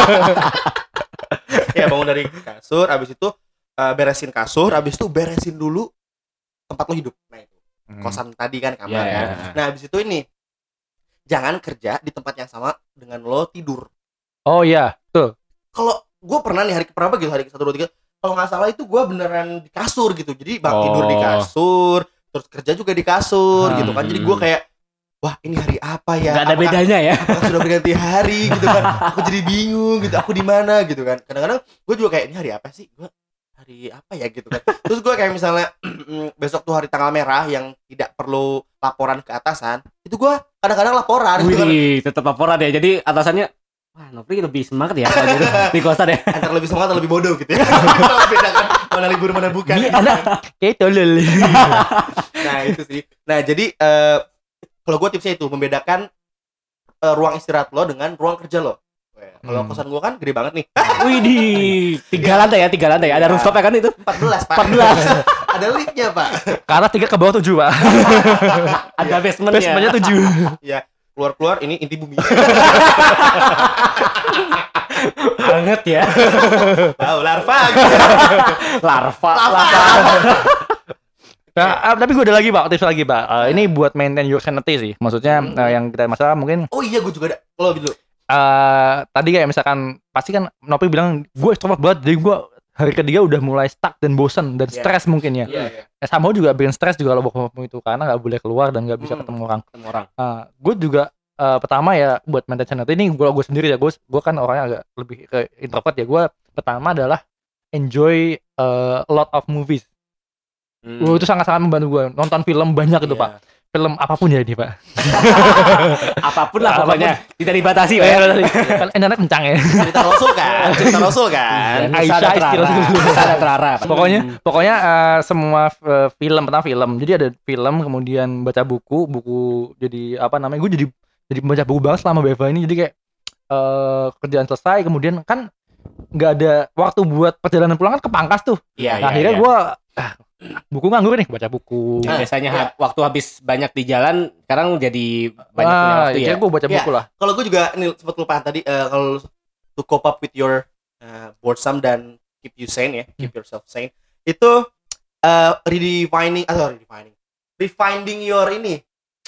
B: Ya bangun dari kasur, abis itu beresin kasur, abis itu beresin dulu tempat lo hidup. Nah itu kosan tadi kan, kamar kan. Nah abis itu ini jangan kerja di tempat yang sama dengan lo tidur.
C: Oh iya, tuh.
B: Kalau gue pernah nih hari ke 1, 2, 3, kalau nggak salah itu gue beneran di kasur gitu. Jadi tidur di kasur, terus kerja juga di kasur gitu kan. Jadi gue kayak, wah ini hari apa ya?
A: Gak ada bedanya ya.
B: Apakah sudah berganti hari gitu kan? Aku jadi bingung gitu. Aku di mana gitu kan? Kadang-kadang gue juga kayak, ini hari apa sih? Gue hari apa ya gitu kan? Terus gue kayak misalnya besok tuh hari tanggal merah yang tidak perlu laporan ke atasan, itu gue kadang-kadang laporan.
A: Wih, tetap laporan ya. Jadi atasannya, wah Nopri lebih semangat ya kalau gitu di kosan ya.
B: Antara lebih semangat atau lebih bodoh gitu ya. Malah bedakan mana libur mana bukan.
C: Ini anak kayak tolol.
B: Nah itu sih. Nah jadi kalau gue tipsnya itu membedakan ruang istirahat lo dengan ruang kerja lo. Kalau kosan gue kan gede banget nih.
A: Wih di 3 lantai ya. Ada rooftop ya kan itu?
B: 14 Pak.
A: 14.
B: Ada liftnya Pak.
C: Karena 3 ke bawah 7 Pak.
A: Ada basementnya.
C: Basementnya 7.
B: Ya keluar ini inti bumi.
A: Banget ya.
B: Tahu larva.
A: Larva.
C: Nah, tapi gue ada lagi Pak, tips lagi Pak. Ini buat maintain your sanity sih. Maksudnya yang kita masalah mungkin.
B: Oh iya gue juga ada. Kalau gitu.
C: Tadi kayak misalkan pasti kan Nopi bilang gue extrovert banget, jadi gue hari ketiga udah mulai stuck dan bosen dan stres mungkin ya. Sama juga bikin stres juga kalau work from home itu, karena nggak boleh keluar dan nggak bisa ketemu orang. Gue juga pertama ya buat maintain sanity ini gue sendiri ya, gue kan orangnya agak lebih ke introvert ya. Gue pertama adalah enjoy a lot of movies. Itu sangat-sangat membantu gue nonton film banyak gitu Pak. Film apapun ya ini Pak.
A: Apapun lah pokoknya tidak dibatasi Pak.
C: Kan internet kencang ya.
B: Cerita Rasul kan.
C: Aisyah Rara. Pokoknya semua film, pertama film. Jadi ada film, kemudian baca buku jadi apa namanya? Gue jadi baca buku banget selama BFA ini. Jadi kayak kerjaan selesai, kemudian kan nggak ada waktu buat perjalanan pulang kan kepangkas tuh. Akhirnya gue buku nganggur nih, baca buku.
A: Biasanya waktu habis banyak di jalan, sekarang jadi banyak punya waktu ya.
C: Gue baca buku lah.
B: Kalau gue juga ini sempat lupa tadi, kalau to cope up with your boredom dan keep you sane ya, keep yourself sane, itu redefining your ini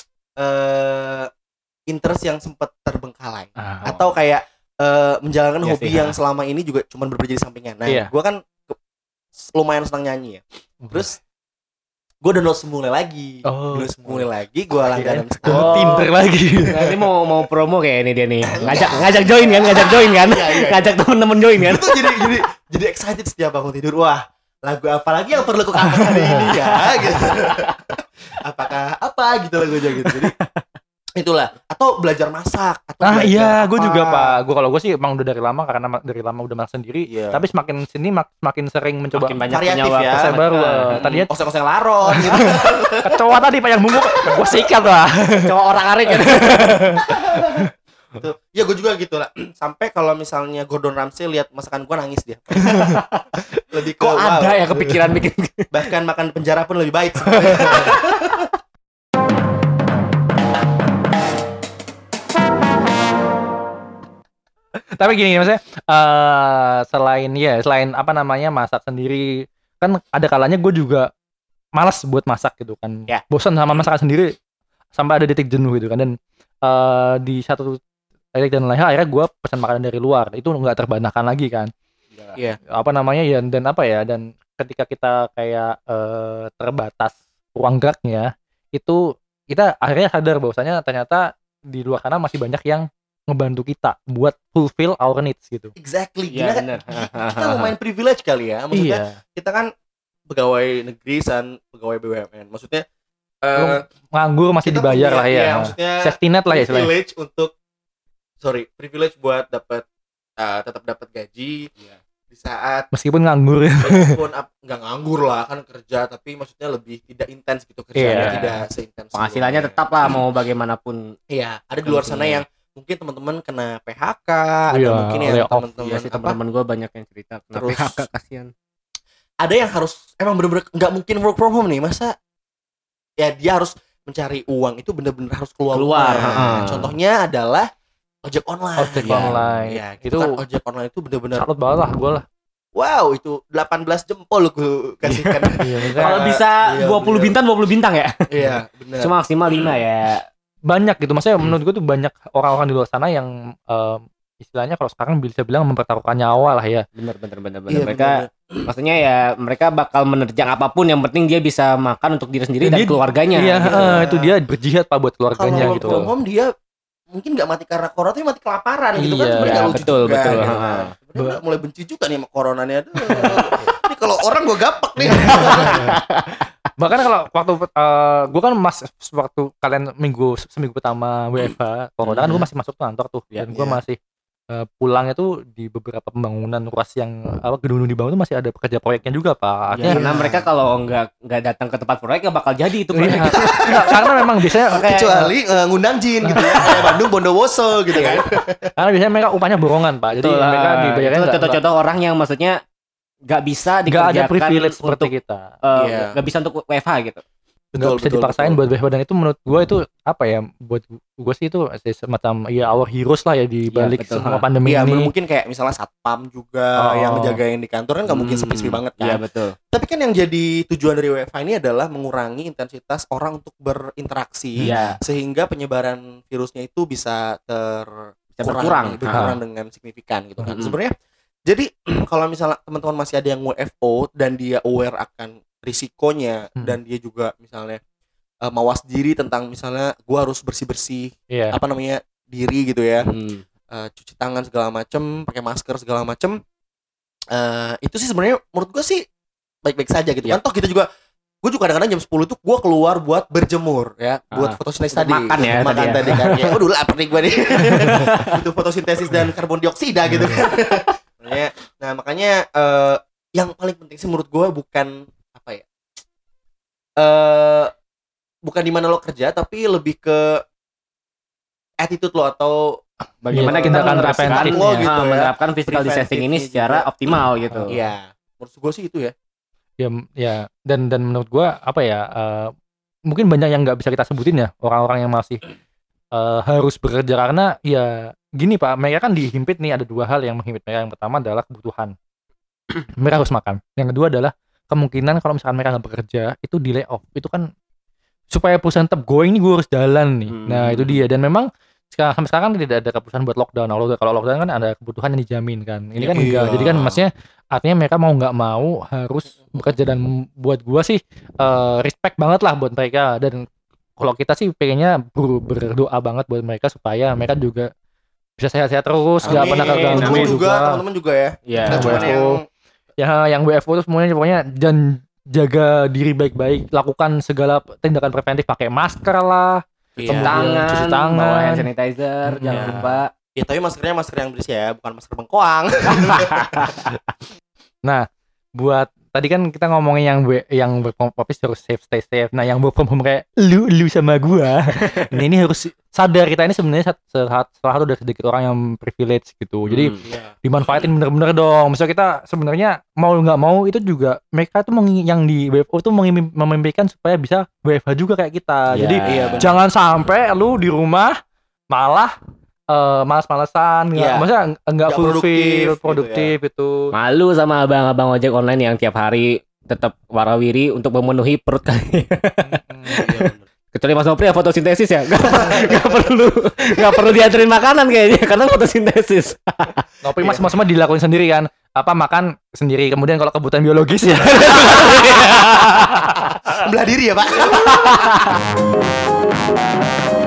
B: interest yang sempat terbengkalai, atau kayak menjalankan hobi yang selama ini juga cuma bekerja di sampingan. Nah, gue kan lumayan senang nyanyi ya. Terus gue download Semule lagi. Gue langganan
C: pinter lagi.
A: Nah, ini mau promo kayak ini dia nih. Ngajak join kan? Ngajak temen-temen join kan?
B: Itu jadi excited setiap bangun tidur. Wah, lagu apa lagi yang perlu ku cover hari ini ya gitu. Apakah apa gitu lagunya gitu. Jadi itulah, atau belajar masak atau
C: gue juga Pak. Gue sih emang udah dari lama, karena dari lama udah masak sendiri. Tapi semakin sini makin sering mencoba
B: banyak variatif ya.
C: Saya baru tadinya
B: oseng-oseng laron gitu.
C: Kecoa tadi Pak yang bumbu gue sikat lah.
A: Kecoa orang arik gitu.
B: Gitu. Ya gue juga gitu lah. Sampai kalau misalnya Gordon Ramsay lihat masakan gue nangis dia. Lebih
A: kok ada ya kepikiran bikin.
B: Bahkan makan penjara pun lebih baik.
C: Tapi gini maksudnya, selain apa namanya masak sendiri, kan ada kalanya gue juga malas buat masak gitu kan. Bosan sama masakan sendiri sampai ada titik jenuh gitu kan. Dan di satu titik dan lain hal akhirnya gue pesan makanan dari luar, itu nggak terbantahkan lagi kan. Apa namanya ya, dan ketika kita kayak terbatas ruang geraknya, itu kita akhirnya sadar bahwasanya ternyata di luar sana masih banyak yang ngebantu kita buat fulfill our needs gitu.
B: Exactly. Kita lumayan privilege kali ya. Maksudnya kita kan pegawai negeri dan pegawai BUMN. Maksudnya
C: nganggur masih dibayar lah ya.
B: Maksudnya
C: safety net lah ya.
B: Privilege buat tetap dapat gaji di saat
C: meskipun nganggur.
B: Meskipun nggak nganggur lah, kan kerja, tapi maksudnya lebih tidak intens gitu kerjanya, tidak seintens.
A: Penghasilannya tetap lah mau bagaimanapun.
B: Iya, ada di luar sana yang mungkin teman-teman kena PHK, atau mungkin ya
A: teman-teman gue banyak yang cerita kena PHK, kasihan.
B: Ada yang harus emang bener-bener nggak mungkin work from home nih, masa ya dia harus mencari uang itu bener-bener harus keluar. Contohnya adalah ojek online. Ya, gitu kan, ojek online itu bener-bener
C: salut banget lah gue lah.
B: Wow, itu 18 jempol gue kasihkan.
A: Kalau bisa 20 bintang ya.
B: Iya, benar.
A: Cuma maksimal 5 ya.
C: Banyak gitu, maksudnya menurut gue tuh banyak orang-orang di luar sana yang istilahnya kalau sekarang bisa bilang mempertaruhkan nyawa lah ya.
A: Bener. Mereka maksudnya ya mereka bakal menerjang apapun, yang penting dia bisa makan untuk diri sendiri dan keluarganya.
C: Iya, gitu. Itu dia berjihad Pak buat keluarganya gitu.
B: Kalau work from home dia mungkin nggak mati karena corona, tapi mati kelaparan gitu kan. Sebenarnya lucu
A: betul.
B: Sebenarnya mulai benci juga nih sama coronanya. Ini kalau orang gue gapak nih.
C: Bahkan kalau waktu gue kan waktu kalian seminggu pertama WFH corona kan gue masih masuk kantor tuh, dan gue masih pulangnya tuh di beberapa pembangunan ruas yang gedung-gedung dibangun tuh masih ada pekerja proyeknya juga Pak.
A: Karena mereka kalau nggak datang ke tempat proyek nggak bakal jadi itu proyek.
C: Karena memang biasanya
B: kecuali ngundang jin gitu ya, kayak Bandung Bondowoso gitu kan.
C: Karena biasanya mereka upahnya borongan Pak. Jadi mereka dibayarnya
A: contoh-contoh orang yang maksudnya nggak bisa dikerjakan,
C: nggak ada privilege seperti kita,
A: nggak bisa untuk WFH gitu,
C: nggak bisa dipaksain buat WFH. Dan itu menurut gue itu apa ya, buat gue sih itu semacam our heroes lah ya di balik semua pandemi ini.
B: Mungkin kayak misalnya satpam juga yang ngejagain di kantor kan nggak mungkin sepi-sepi banget kan.
A: Iya betul.
B: Tapi kan yang jadi tujuan dari WFH ini adalah mengurangi intensitas orang untuk berinteraksi, sehingga penyebaran virusnya itu bisa berkurang dengan signifikan gitu kan. Sebenarnya jadi kalau misalnya teman-teman masih ada yang WFO dan dia aware akan risikonya, dan dia juga misalnya mawas diri tentang misalnya gue harus bersih-bersih diri gitu ya. Cuci tangan segala macem, pakai masker segala macem. Itu sih sebenarnya menurut gue sih baik-baik saja gitu kan. Toh kita juga, gue juga kadang-kadang jam 10 tuh gue keluar buat berjemur ya, buat fotosintesis tadi. Makan tadi kan. Ya udah lapar nih gue nih. Butuh fotosintesis dan karbon dioksida gitu kan. Nah makanya yang paling penting sih menurut gue bukan apa ya, bukan di mana lo kerja, tapi lebih ke attitude lo atau
A: bagaimana kita akan menerapkan physical distancing ini secara optimal gitu.
B: Iya, menurut gue sih itu ya.
C: Ya dan menurut gue apa ya, mungkin banyak yang nggak bisa kita sebutin ya, orang-orang yang masih harus bekerja karena ya gini Pak, mereka kan dihimpit nih, ada dua hal yang menghimpit mereka. Yang pertama adalah kebutuhan, mereka harus makan. Yang kedua adalah kemungkinan kalau misalkan mereka nggak bekerja itu di layoff. Itu kan supaya perusahaan tetap going nih, gue harus jalan nih. Nah itu dia. Dan memang sampai sekarang tidak ada keputusan buat lockdown. Kalau lockdown kan ada kebutuhan yang dijamin kan. Ini kan enggak. Jadi kan maksudnya artinya mereka mau nggak mau harus bekerja. Dan buat gue sih respect banget lah buat mereka. Dan kalau kita sih pengennya berdoa banget buat mereka supaya mereka juga bisa sehat-sehat terus, nggak pernah keganggu juga.
B: Teman-teman juga ya.
C: Yang WFO itu semuanya pokoknya dan jaga diri baik-baik, lakukan segala tindakan preventif, pakai masker lah,
A: cuci tangan, bawa hand sanitizer, jangan lupa.
B: Ya tapi maskernya masker yang bersih ya, bukan masker bengkoang.
C: Nah, buat tadi kan kita ngomongin yang work from office harus stay safe. Nah, yang work from home kayak lu sama gua, ini harus sadar kita ini sebenarnya salah satu dari sedikit orang yang privilege gitu. Jadi dimanfaatin bener-bener dong. Misalnya kita sebenarnya mau nggak mau itu juga mereka tuh yang di WFO tuh memimpikan supaya bisa WFH juga kayak kita. Jadi jangan sampai lu di rumah malah malas-malesan, maksudnya enggak produktif gitu.
A: Malu sama abang-abang ojek online yang tiap hari tetap warawiri untuk memenuhi perut kalian. Kecuali Mas Nopri ya fotosintesis ya, nggak perlu dianterin makanan kayaknya karena fotosintesis.
C: Nopri Mas semua dilakuin sendiri kan, makan sendiri, kemudian kalau kebutuhan biologis ya
B: belah diri ya Pak.